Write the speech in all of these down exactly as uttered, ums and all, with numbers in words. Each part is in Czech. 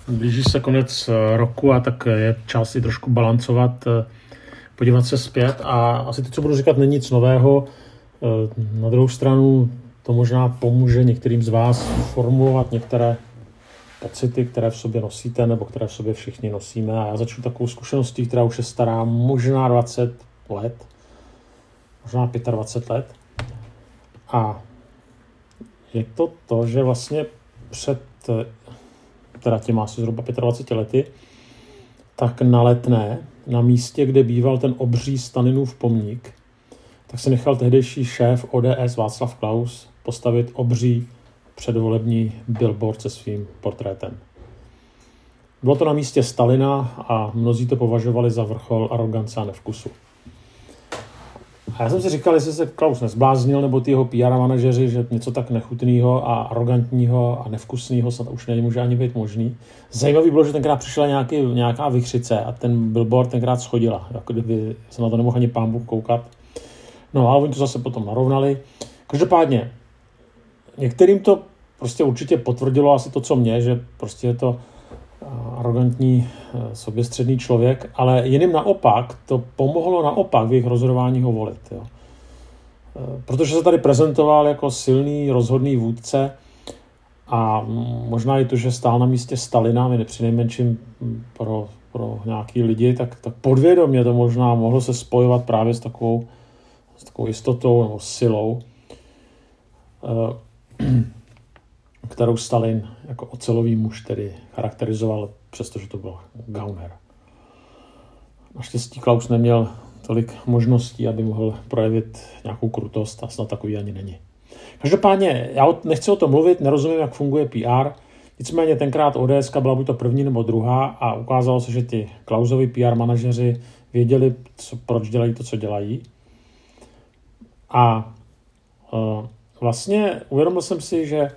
blíží se konec roku a tak je čas i trošku balancovat, podívat se zpět a asi to, co budu říkat, není nic nového. Na druhou stranu to možná pomůže některým z vás formulovat některé pocity, které v sobě nosíte nebo které v sobě všichni nosíme. A já začnu takovou zkušeností, která už je stará možná dvacet let, možná dvacet pět let. A je to to, že vlastně před teda těma asi zhruba dvaceti pěti lety, tak na Letné, na místě, kde býval ten obří Staninův pomník, tak se nechal tehdejší šéf O D S Václav Klaus postavit obří předvolební billboard se svým portrétem. Bylo to na místě Stalina a mnozí to považovali za vrchol arogance a nevkusu. A já jsem si říkal, jestli se Klaus nezbláznil, nebo ty jeho P R manažeři, že něco tak nechutného a arrogantního a nevkusného snad už nemůže ani být možný. Zajímavý bylo, že tenkrát přišla nějaký, nějaká vychřice a ten billboard tenkrát schodila, jako kdyby se na to nemohl ani pán Bůh koukat. No ale oni to zase potom narovnali. Každopádně, některým to prostě určitě potvrdilo asi to, co mě, že prostě je to arrogantní, soběstředný člověk, ale jiným naopak to pomohlo naopak v jejich rozhodování ho volit. Jo. Protože se tady prezentoval jako silný, rozhodný vůdce a možná i to, že stál na místě Stalina, my nepřinejmenším pro, pro nějaký lidi, tak, tak podvědomě to možná mohlo se spojovat právě s takovou, s takovou jistotou nebo silou, kterou Stalin jako ocelový muž tedy charakterizoval, přestože to byl gauner. Naštěstí Klaus neměl tolik možností, aby mohl projevit nějakou krutost a snad takový ani není. Každopádně, já nechci o tom mluvit, nerozumím, jak funguje P R, nicméně tenkrát O D S byla buď to první nebo druhá a ukázalo se, že ty Klausovi P R manažeři věděli, co, proč dělají to, co dělají. A uh, vlastně uvědomil jsem si, že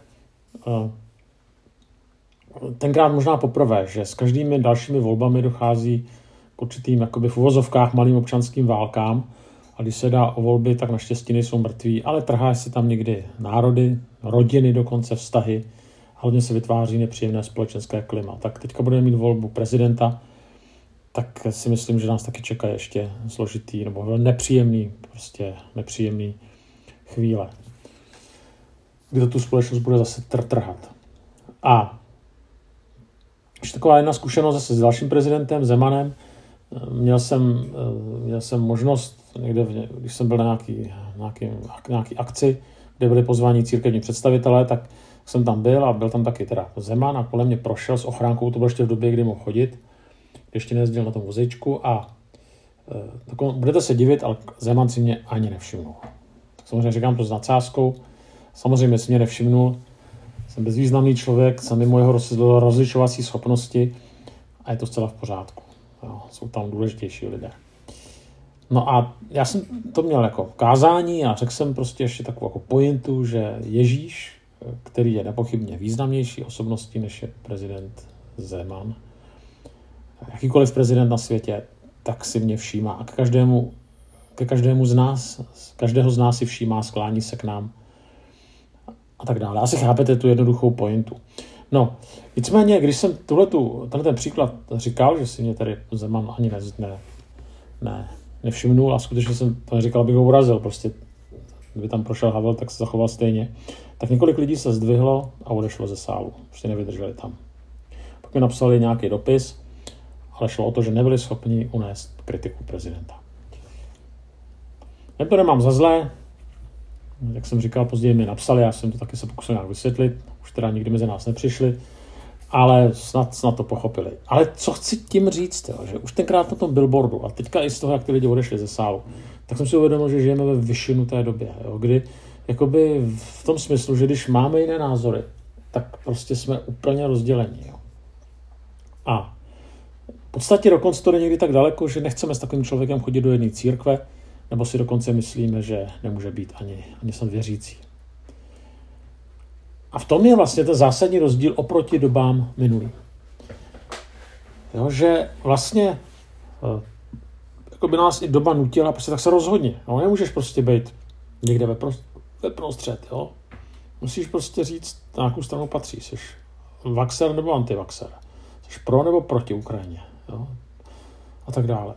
tenkrát možná poprvé, že s každými dalšími volbami dochází k určitým jakoby v uvozovkách malým občanským válkám a když se dá o volby, tak naštěstí nejsou mrtví, ale trhá si tam někdy národy, rodiny, dokonce vztahy, hlavně se vytváří nepříjemné společenské klima. Tak teďka budeme mít volbu prezidenta, tak si myslím, že nás taky čeká ještě složitý nebo nepříjemný, prostě nepříjemný chvíle, kdy to tu společnost bude zase trhat. A ještě taková jedna zkušenost zase s dalším prezidentem, Zemanem. Měl jsem, měl jsem možnost, někde, když jsem byl na nějaký, nějaký, nějaký akci, kde byli pozváni církevní představitelé, tak jsem tam byl a byl tam taky teda Zeman a kolem mě prošel s ochránkou, to bylo ještě v době, kdy mohl chodit, ještě nejezdil na tom vozíčku a tak budete se divit, ale Zeman si mě ani nevšimnul. Tak samozřejmě říkám to s nadsázkou. Samozřejmě si mě nevšimnul, jsem bezvýznamný člověk, jsem mimo jeho rozlišovací schopnosti a je to zcela v pořádku. Jo, jsou tam důležitější lidé. No a já jsem to měl jako kázání a řekl jsem prostě ještě takovou jako pointu, že Ježíš, který je nepochybně významnější osobností, než je prezident Zeman, jakýkoliv prezident na světě, tak si mě všímá a k každému, ke každému z nás, každého z nás si všímá, sklání se k nám a tak dále. Asi chápete tu jednoduchou pointu. No, nicméně, když jsem tuhletu, tenhle ten příklad říkal, že si mě tady Zeman ani ne, ne, ne, nevšimnul a skutečně jsem to neříkal, abych ho urazil, prostě kdyby tam prošel Havel, tak se zachoval stejně, tak několik lidí se zdvihlo a odešlo ze sálu. Prostě nevydrželi tam. Pak mi napsali nějaký dopis, ale šlo o to, že nebyli schopni unést kritiku prezidenta. Já to nemám za zlé, jak jsem říkal, později mi napsali, já jsem to taky se pokusil nějak vysvětlit, už teda nikdy mezi nás nepřišli, ale snad, snad to pochopili. Ale co chci tím říct, jo, že už tenkrát na tom billboardu a teďka i z toho, jak ty lidi odešli ze sálu, tak jsem si uvědomil, že žijeme ve vyšinuté době, jo, kdy jakoby v tom smyslu, že když máme jiné názory, tak prostě jsme úplně rozdělení. Jo. A v podstatě dokonce to jde někdy tak daleko, že nechceme s takovým člověkem chodit do jedné církve, nebo si dokonce myslíme, že nemůže být ani, ani snad věřící. A v tom je vlastně ten zásadní rozdíl oproti dobám minulým. Jo, že vlastně jako by nás i doba nutila, prostě tak se rozhodni. No, nemůžeš prostě být někde ve, prost, ve prostřed. Jo? Musíš prostě říct, na jakou stranu patří. Jsi vaxer nebo antivaxer. Jsi pro nebo proti Ukrajině. Jo? A tak dále.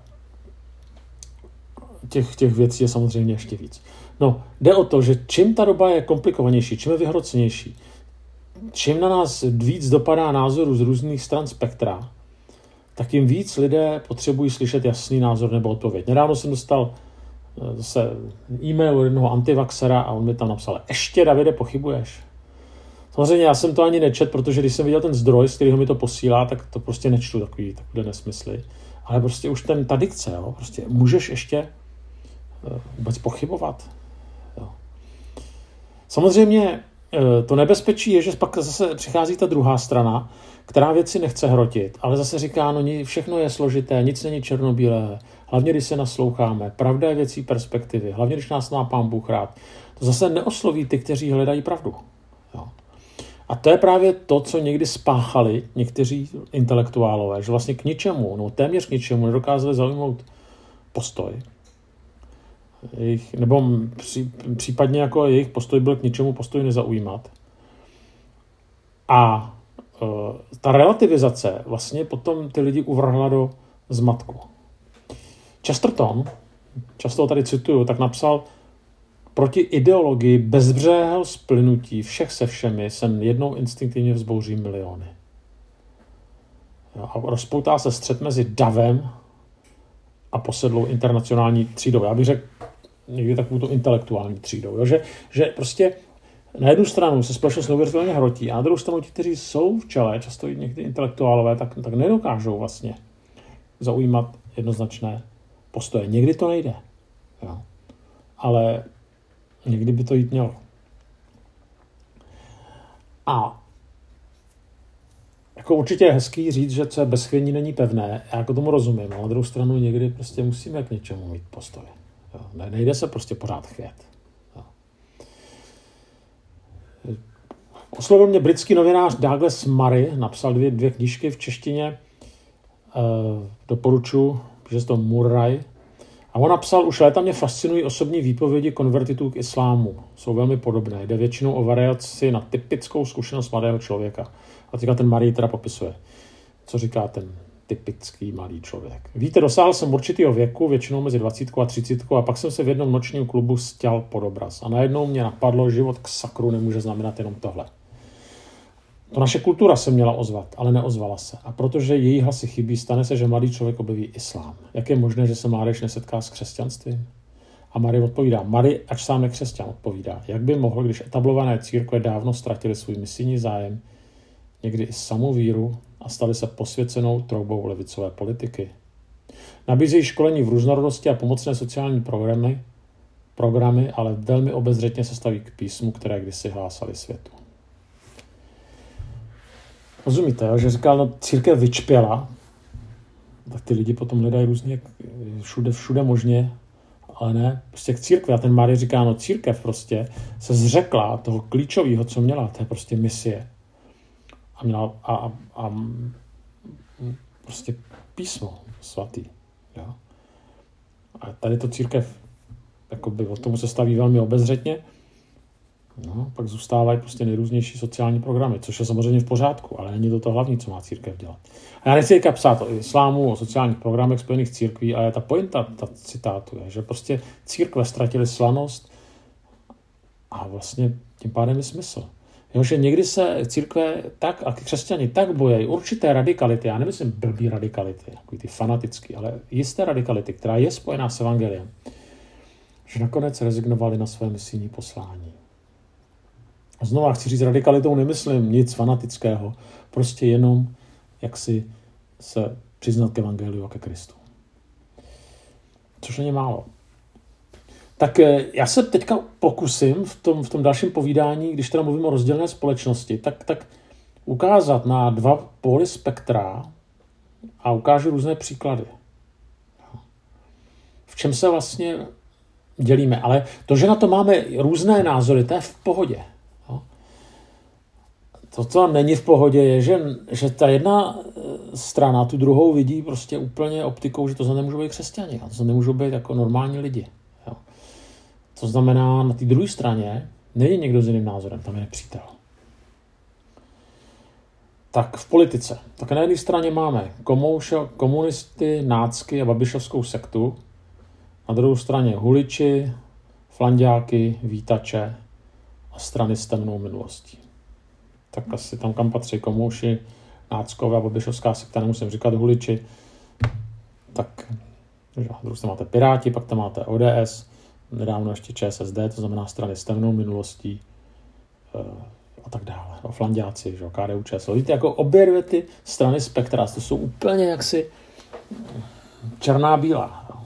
Těch, těch věcí je samozřejmě ještě víc. No, jde o to, že čím ta doba je komplikovanější, čím je vyhrocenější, čím na nás víc dopadá názorů z různých stran spektra, tak jim víc lidé potřebují slyšet jasný názor nebo odpověď. Nedávno jsem dostal zase e-mail od jednoho antivaxera a on mi tam napsal: ještě, Davide, pochybuješ? Samozřejmě já jsem to ani nečet, protože když jsem viděl ten zdroj, z kterého mi to posílá, tak to prostě nečtu takový, takové nesmysly. Ale prostě už ten, ta dikce, jo, prostě můžeš ještě vůbec pochybovat. Jo. Samozřejmě to nebezpečí je, že pak zase přichází ta druhá strana, která věci nechce hrotit, ale zase říká, no všechno je složité, nic není černobílé, hlavně když se nasloucháme, pravda je věcí perspektivy, hlavně když nás má Pán Bůh rád. To zase neosloví ty, kteří hledají pravdu. Jo. A to je právě to, co někdy spáchali někteří intelektuálové, že vlastně k ničemu, no téměř k ničemu nedokázali zaujmout postoj. Jejich, nebo pří, případně jako jejich postoj byl k ničemu postoj nezaujímat. A e, ta relativizace vlastně potom ty lidi uvrhla do zmatku. Chesterton, často ho tady cituju, tak napsal: proti ideologii bezbřehého splynutí všech se všemi jsem jednou instinktivně vzbouří miliony. Jo, a rozpoutá se střet mezi davem a posedlou internacionální třídou. Já bych řekl někdy takovou tu intelektuální třídou. Jo? Že, že prostě na jednu stranu se společnost neuvěřitelně hrotí a na druhou stranu ti, kteří jsou v čele, často i někdy intelektuálové, tak, tak nedokážou vlastně zaujímat jednoznačné postoje. Někdy to nejde. Jo? Ale někdy by to jít mělo. A jako určitě je hezký říct, že co je bez chvění není pevné. Já jako tomu rozumím, ale na druhou stranu někdy prostě musíme k něčemu mít postoj. Jo. Nejde se prostě pořád chvět. Jo. Oslovil mě britský novinář Douglas Murray, napsal dvě, dvě knížky v češtině, e, doporučuji, že to Murray. A on napsal: už léta mě fascinují osobní výpovědi konvertitů k islámu. Jsou velmi podobné. Jde většinou o variaci na typickou zkušenost mladého člověka. A teďka ten Murray teda popisuje, co říká ten typický malý člověk. Víte, dosáhl jsem určitýho věku, většinou mezi dvacítkou a třicítkou, a pak jsem se v jednom nočním klubu stěl pod obraz. A najednou mě napadlo, že život k sakru nemůže znamenat jenom tohle. To naše kultura se měla ozvat, ale neozvala se. A protože její hlasy chybí, stane se, že mladý člověk objeví islám. Jak je možné, že se mládež nesetká s křesťanstvím? A Murray odpovídá: Murray, ač sám nekřesťan, odpovídá: jak by mohl, když etablované církve dávno ztratily svůj misijní zájem, někdy i samou víru, a staly se posvěcenou troubou levicové politiky. Nabízejí školení v různorodosti a pomocné sociální programy, programy, ale velmi obezřetně se staví k písmu, které kdysi hlásali světu. Rozumíte, jo? Že říkal, no církev vyčpěla, tak ty lidi potom hledají různě všude, všude možně, ale ne, prostě k církvi. A ten Murray říká, no církev prostě se zřekla toho klíčového, co měla, to je prostě misie. A měla a, a, a prostě písmo svatý. Jo? A tady to církev jakoby od tomu se staví velmi obezřetně. No, pak zůstávají prostě nejrůznější sociální programy, což je samozřejmě v pořádku, ale není to to hlavní, co má církev dělat. A já nechci teďka psát o islámu, o sociálních programech Spojených církví, ale ta pointa ta citátu je, že prostě církve ztratily slanost a vlastně tím pádem je smysl. Jo, že někdy se církve tak a křesťani tak bojí určité radikality, já nemyslím blbý radikality, jako ty fanatický, ale jisté radikality, která je spojená s evangeliem, že nakonec rezignovali na své misijní poslání. A znovu chci říct, radikalitou nemyslím nic fanatického, prostě jenom jak si se přiznat k evangeliu a ke Kristu. Což není málo. Tak já se teďka pokusím v tom, v tom dalším povídání, když teda mluvím o rozdělené společnosti, tak, tak ukázat na dva póly spektra a ukážu různé příklady. V čem se vlastně dělíme. Ale to, že na to máme různé názory, to je v pohodě. To, co není v pohodě, je, že, že ta jedna strana tu druhou vidí prostě úplně optikou, že to za nemůžou být křesťani, a to za nemůžou být jako normální lidi. Jo. To znamená, na té druhé straně není někdo s jiným názorem, tam je nepřítel. Tak v politice. Tak na jedné straně máme komoušo, komunisty, nácky a babišovskou sektu. Na druhé straně huliči, flanďáky, vítače a strany s temnou minulostí. Tak asi tam, kam patří komouši, náckové a babišovská sekta, nemusím říkat huliči. Tak na druhé straně máte Piráti, pak tam máte O D S, nedávno ještě Č S S D, to znamená strany s temnou minulostí a tak dále. O flanďáci, že? K D U Č S L. Víte, jako obě dvě ty strany spektra, to jsou úplně jaksi černá bílá. Jo.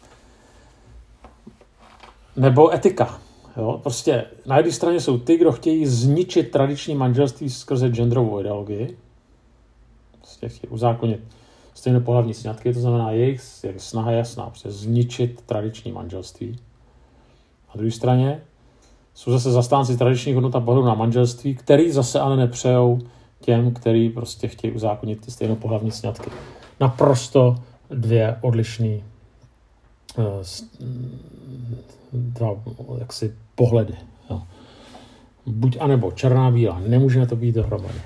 Nebo etika. Jo. Prostě na jedné straně jsou ty, kdo chtějí zničit tradiční manželství skrze genderovou ideologii. Prostě chtějí uzákonit stejnopohlavní sňatky, to znamená jejich snaha jasná, prostě zničit tradiční manželství. Na druhé straně jsou zase zastánci tradičních hodnot a pohledu na manželství, který zase ale nepřejou těm, který prostě chtějí uzákonit ty stejnopohlavní sňatky. Naprosto dvě odlišné dva jaksi pohledy. Jo. Buď anebo černá bílá, nemůžeme to být dohromady.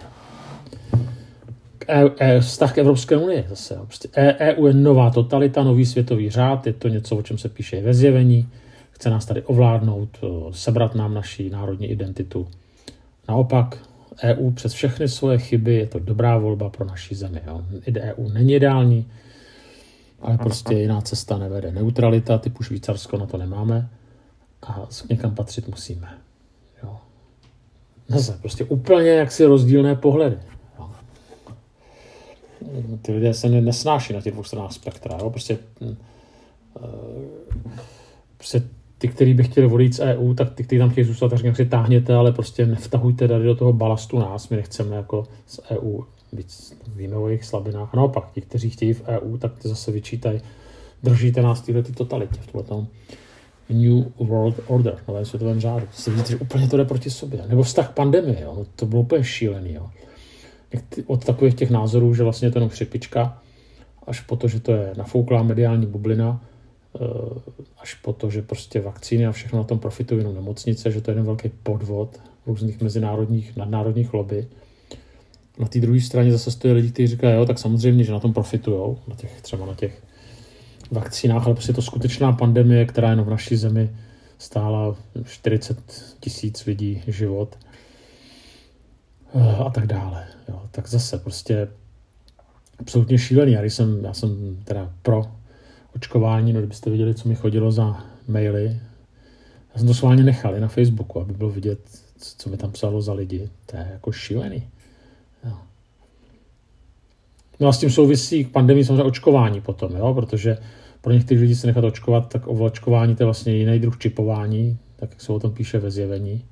E, e, vztah k Evropské unii zase. Jo. Prostě E U je nová totalita, nový světový řád, je to něco, o čem se píše i ve zjevení. Chce nás tady ovládnout, sebrat nám naši národní identitu. Naopak, E U přes všechny svoje chyby je to dobrá volba pro naši zemi. Jo. E U není ideální, ale prostě jiná cesta nevede. Neutralita typu Švýcarsko na to nemáme a někam patřit musíme. Jo. Zase prostě úplně jaksi rozdílné pohledy. Jo. Ty lidé se nesnáší na těch dvou stranách spektra. Jo. Prostě, prostě ty, kteří by chtěli odejít z E U, tak ty, kteří tam chtějí zůstat, tak říkám, si táhněte, ale prostě nevtahujte tady do toho balastu nás. My nechceme jako z E U být, víme o jejich slabinách. A naopak, ti, kteří chtějí v E U, tak ty zase vyčítají, držíte nás v této totalitě, v tom New World Order, novém světovém řádu. Se vidíte, že úplně to jde proti sobě. Nebo vztah pandemie, jo? No, to bylo úplně šílený. Jo? Od takových těch názorů, že vlastně je to jenom chřipička, až po to, že to je nafouklá mediální bublina, až po to, že prostě vakcíny a všechno na tom profitují jenom nemocnice, že to je jeden velký podvod různých mezinárodních, nadnárodních lobby. Na té druhé straně zase stojí lidi, kteří říkají, jo, tak samozřejmě, že na tom profitujou, na těch, třeba na těch vakcínách, ale prostě je to skutečná pandemie, která jenom v naší zemi stála čtyřicet tisíc lidí život a tak dále. Jo. Tak zase prostě absolutně šílený. Já jsem, já jsem teda pro očkování, no kdybyste viděli, co mi chodilo za maily. Já jsem to schválně nechal i na Facebooku, aby bylo vidět, co mi tam psalo za lidi. To je jako šílený. Jo. No a s tím souvisí k pandemii samozřejmě očkování potom, jo? Protože pro některých lidí se nechat očkovat, tak o očkování to je vlastně jiný druh čipování, tak jak se o tom píše ve zjevení.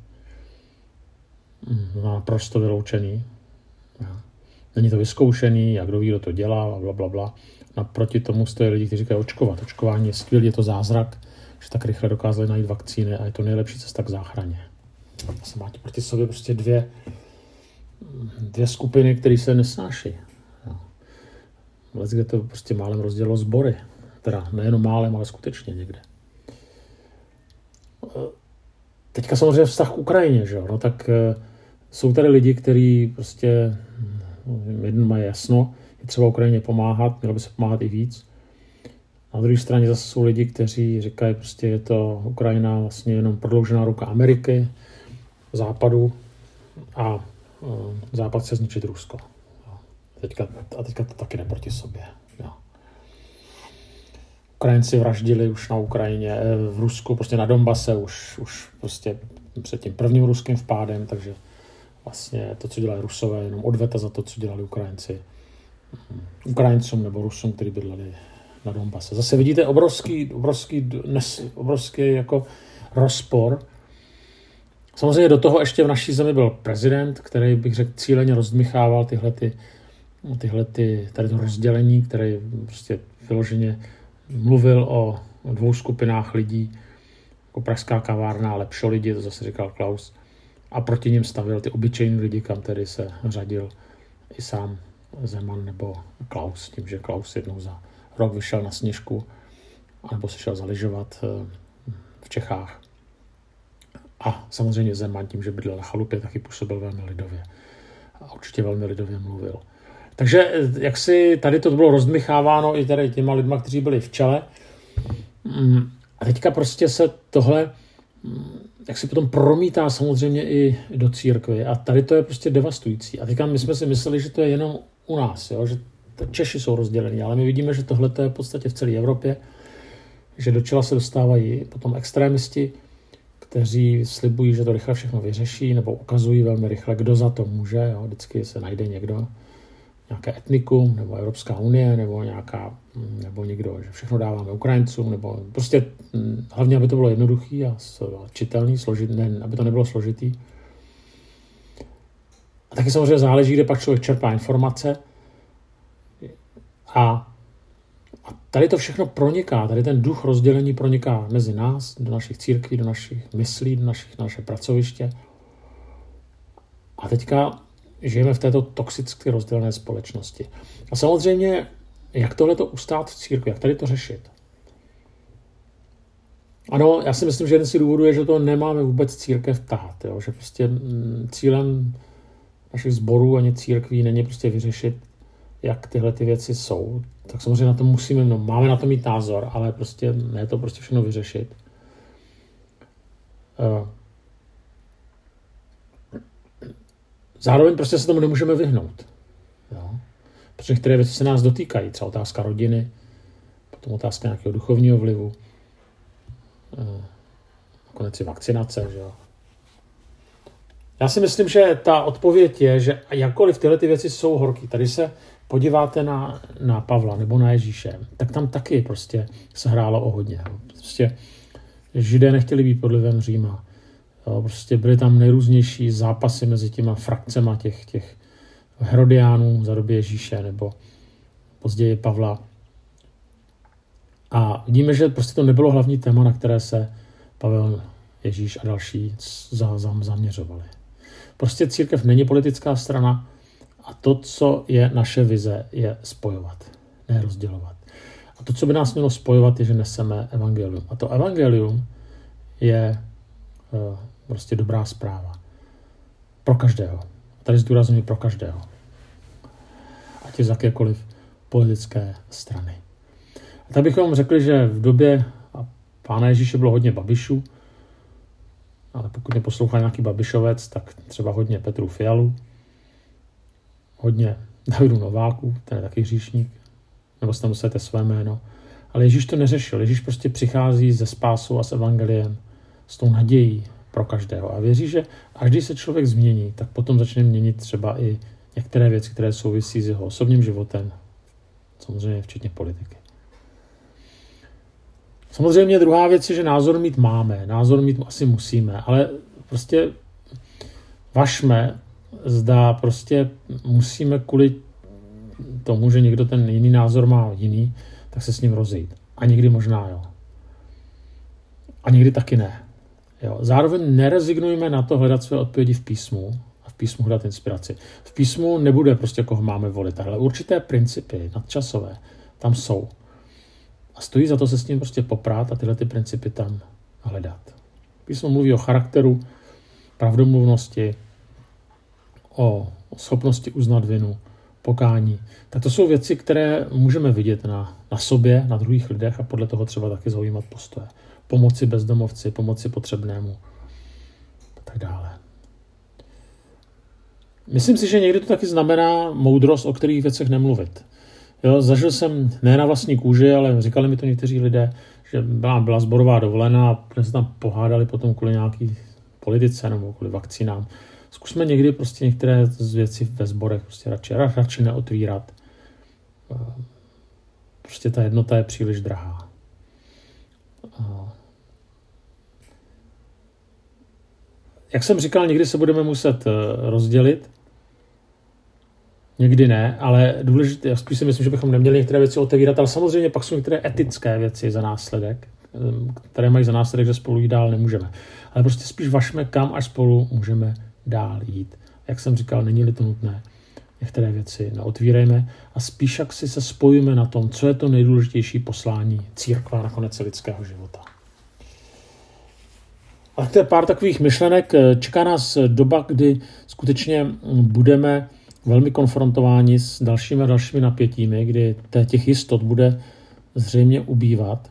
No, naprosto vyloučený. Jo. Není to vyzkoušený, jak kdo ví, kdo to dělá, a bla, bla, bla. Naproti tomu stojí lidi, kteří říkají očkovat. Očkování je skvělý, je to zázrak, že tak rychle dokázali najít vakcíny a je to nejlepší cesta k záchraně. Zase máte proti sobě prostě dvě, dvě skupiny, které se nesnáší. Kde to prostě málem rozdělilo sbory. Teda nejenom málem, ale skutečně někde. Teďka samozřejmě vztah k Ukrajině, že jo? No tak jsou tady lidi, kteří prostě jeden mají jasno, je třeba Ukrajině pomáhat, mělo by se pomáhat i víc. Na druhé straně zase jsou lidi, kteří říkají, prostě je to Ukrajina vlastně jenom prodloužená ruka Ameriky, Západu a Západ chce zničit Rusko. Teďka, a teďka to taky jde proti sobě. Jo. Ukrajinci vraždili už na Ukrajině, v Rusku, prostě na Donbase už, už prostě před tím prvním ruským vpádem, takže vlastně to, co dělali Rusové, jenom odveta za to, co dělali Ukrajinci Ukrajincům nebo Rusům, kteří bydleli na Donbase. Zase vidíte obrovský, obrovský, nes, obrovský jako rozpor. Samozřejmě do toho ještě v naší zemi byl prezident, který bych řekl cíleně rozdmychával tyhle ty tyhle ty, tady to rozdělení, které prostě vyloženě mluvil o, o dvou skupinách lidí, jako pražská kavárna a lepšo lidi, to zase říkal Klaus, a proti ním stavil ty obyčejní lidi, kam tedy se řadil i sám Zeman nebo Klaus, tím, že Klaus jednou za rok vyšel na Sněžku, anebo se šel zaližovat v Čechách. A samozřejmě Zeman tím, že bydlel na chalupě, taky působil velmi lidově. a určitě velmi lidově mluvil. Takže jak si tady to bylo rozdmycháváno i tady těma lidma, kteří byli v čele. A teďka prostě se tohle, jak si potom promítá samozřejmě i do církve. A tady to je prostě devastující. A teďka my jsme si mysleli, že to je jenom u nás, jo? Že Češi jsou rozdělení, ale my vidíme, že tohle je v podstatě v celé Evropě, že do čela se dostávají potom extrémisti, kteří slibují, že to rychle všechno vyřeší, nebo ukazují velmi rychle, kdo za to může. Jo? Vždycky se najde někdo, nějaké etnikum, nebo Evropská unie, nebo nějaká, nebo někdo, že všechno dáváme Ukrajincům, nebo prostě hlavně, aby to bylo jednoduchý a čitelný, složitý, ne, aby to nebylo složitý. A taky samozřejmě záleží, kde pak člověk čerpá informace. A, a tady to všechno proniká, tady ten duch rozdělení proniká mezi nás, do našich církví, do našich myslí, do našich, naše pracoviště. A teďka žijeme v této toxicky rozdělené společnosti. A samozřejmě, jak tohleto ustát v církvi, jak tady to řešit? Ano, já si myslím, že jeden z důvodů je, že to nemáme vůbec církev tahat, jo? Že prostě cílem našich sborů ani církví není prostě vyřešit, jak tyhle ty věci jsou. Tak samozřejmě na to musíme, no, máme na to mít názor, ale prostě ne to prostě všechno vyřešit. Zároveň prostě se tomu nemůžeme vyhnout. Jo? Protože některé věci se nás dotýkají. Třeba otázka rodiny, potom otázka nějakého duchovního vlivu, nakonec i vakcinace. Že jo? Já si myslím, že ta odpověď je, že jakkoliv tyhle ty věci jsou horký, tady se podíváte na, na Pavla nebo na Ježíše, tak tam taky prostě se hrálo o hodně. Prostě Židé nechtěli být pod vlivem Říma. Jo, prostě byly tam nejrůznější zápasy mezi těma frakcema těch, těch Herodiánů za doby Ježíše nebo později Pavla. A vidíme, že prostě to nebylo hlavní téma, na které se Pavel, Ježíš a další za, za, zaměřovali. Prostě církev není politická strana a to, co je naše vize, je spojovat, ne rozdělovat. A to, co by nás mělo spojovat, je, že neseme evangelium. A to evangelium je uh, prostě dobrá zpráva. Pro každého. Tady zdůrazňuji pro každého. Ať je z jakékoliv politické strany. A tak bychom řekli, že v době Pána Ježíše bylo hodně Babišů, ale pokud mě poslouchá nějaký Babišovec, tak třeba hodně Petru Fialu, hodně Davidu Nováku, ten je taky hříšník, nebo si tam dostanete své jméno. Ale Ježíš to neřešil. Ježíš prostě přichází ze spásou a s evangeliem, s tou nadějí pro každého. A věří, že až když se člověk změní, tak potom začne měnit třeba i některé věci, které souvisí s jeho osobním životem, samozřejmě včetně politiky. Samozřejmě druhá věc je, že názor mít máme, názor mít asi musíme, ale prostě važme, zda prostě musíme kvůli tomu, že někdo ten jiný názor má jiný, tak se s ním rozejít. A někdy možná jo. A někdy taky ne. Jo. Zároveň nerezignujme na to hledat své odpovědi v písmu a v písmu hledat inspiraci. V písmu nebude prostě, koho máme volit, ale určité principy nadčasové tam jsou. A stojí za to se s tím prostě poprát a tyhle ty principy tam hledat. Písmo mluví o charakteru, pravdomluvnosti, o schopnosti uznat vinu, pokání. Tak to jsou věci, které můžeme vidět na, na sobě, na druhých lidech a podle toho třeba taky zaujímat postoje. Pomoci bezdomovci, pomoci potřebnému a tak dále. Myslím si, že někdy to taky znamená moudrost, o kterých věcech nemluvit. Jo, zažil jsem ne na vlastní kůži, ale říkali mi to někteří lidé, že byla, byla sborová dovolená a se tam pohádali potom kvůli nějaký politice nebo kvůli vakcínám. Zkusme někdy prostě některé z věcí ve sborech prostě radši, radši neotvírat. Prostě ta jednota je příliš drahá. Jak jsem říkal, někdy se budeme muset rozdělit, někdy ne, ale důležité, spíš si myslím, že bychom neměli některé věci otevírat, ale samozřejmě pak jsou některé etické věci za následek, které mají za následek, že spolu jít dál nemůžeme. Ale prostě spíš važme, kam až spolu můžeme dál jít. Jak jsem říkal, není-li to nutné, některé věci neotvírejme a spíš jak si se spojíme na tom, co je to nejdůležitější poslání církve a nakonec lidského života. A to je pár takových myšlenek. Čeká nás doba, kdy skutečně budeme velmi konfrontováni s dalšími a dalšími napětími, kdy těch jistot bude zřejmě ubývat.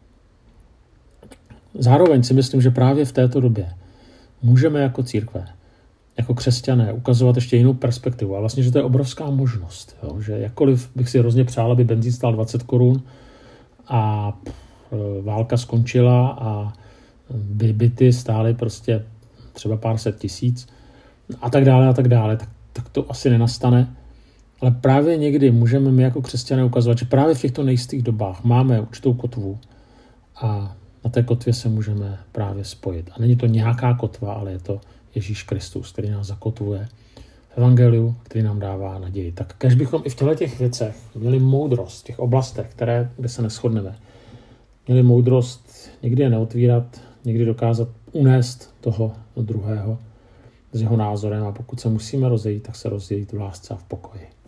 Zároveň si myslím, že právě v této době můžeme jako církve, jako křesťané ukazovat ještě jinou perspektivu. A vlastně, že to je obrovská možnost. Jo? Že jakkoliv bych si hrozně přál, aby benzín stál dvacet korun a válka skončila a by byty stály prostě třeba pár set tisíc a tak dále a tak dále, tak, tak to asi nenastane. Ale právě někdy můžeme my jako křesťané ukazovat, že právě v těchto nejistých dobách máme určitou kotvu a na té kotvě se můžeme právě spojit. A není to nějaká kotva, ale je to Ježíš Kristus, který nás zakotvuje v evangeliu, který nám dává naději. Tak kež bychom i v těchto těch věcech měli moudrost v těch oblastech, které, kde se neshodneme. Měli moudrost někdy je neotvírat, někdy dokázat unést toho druhého s jeho názorem a pokud se musíme rozejít, tak se rozejít v lásce a v pokoji.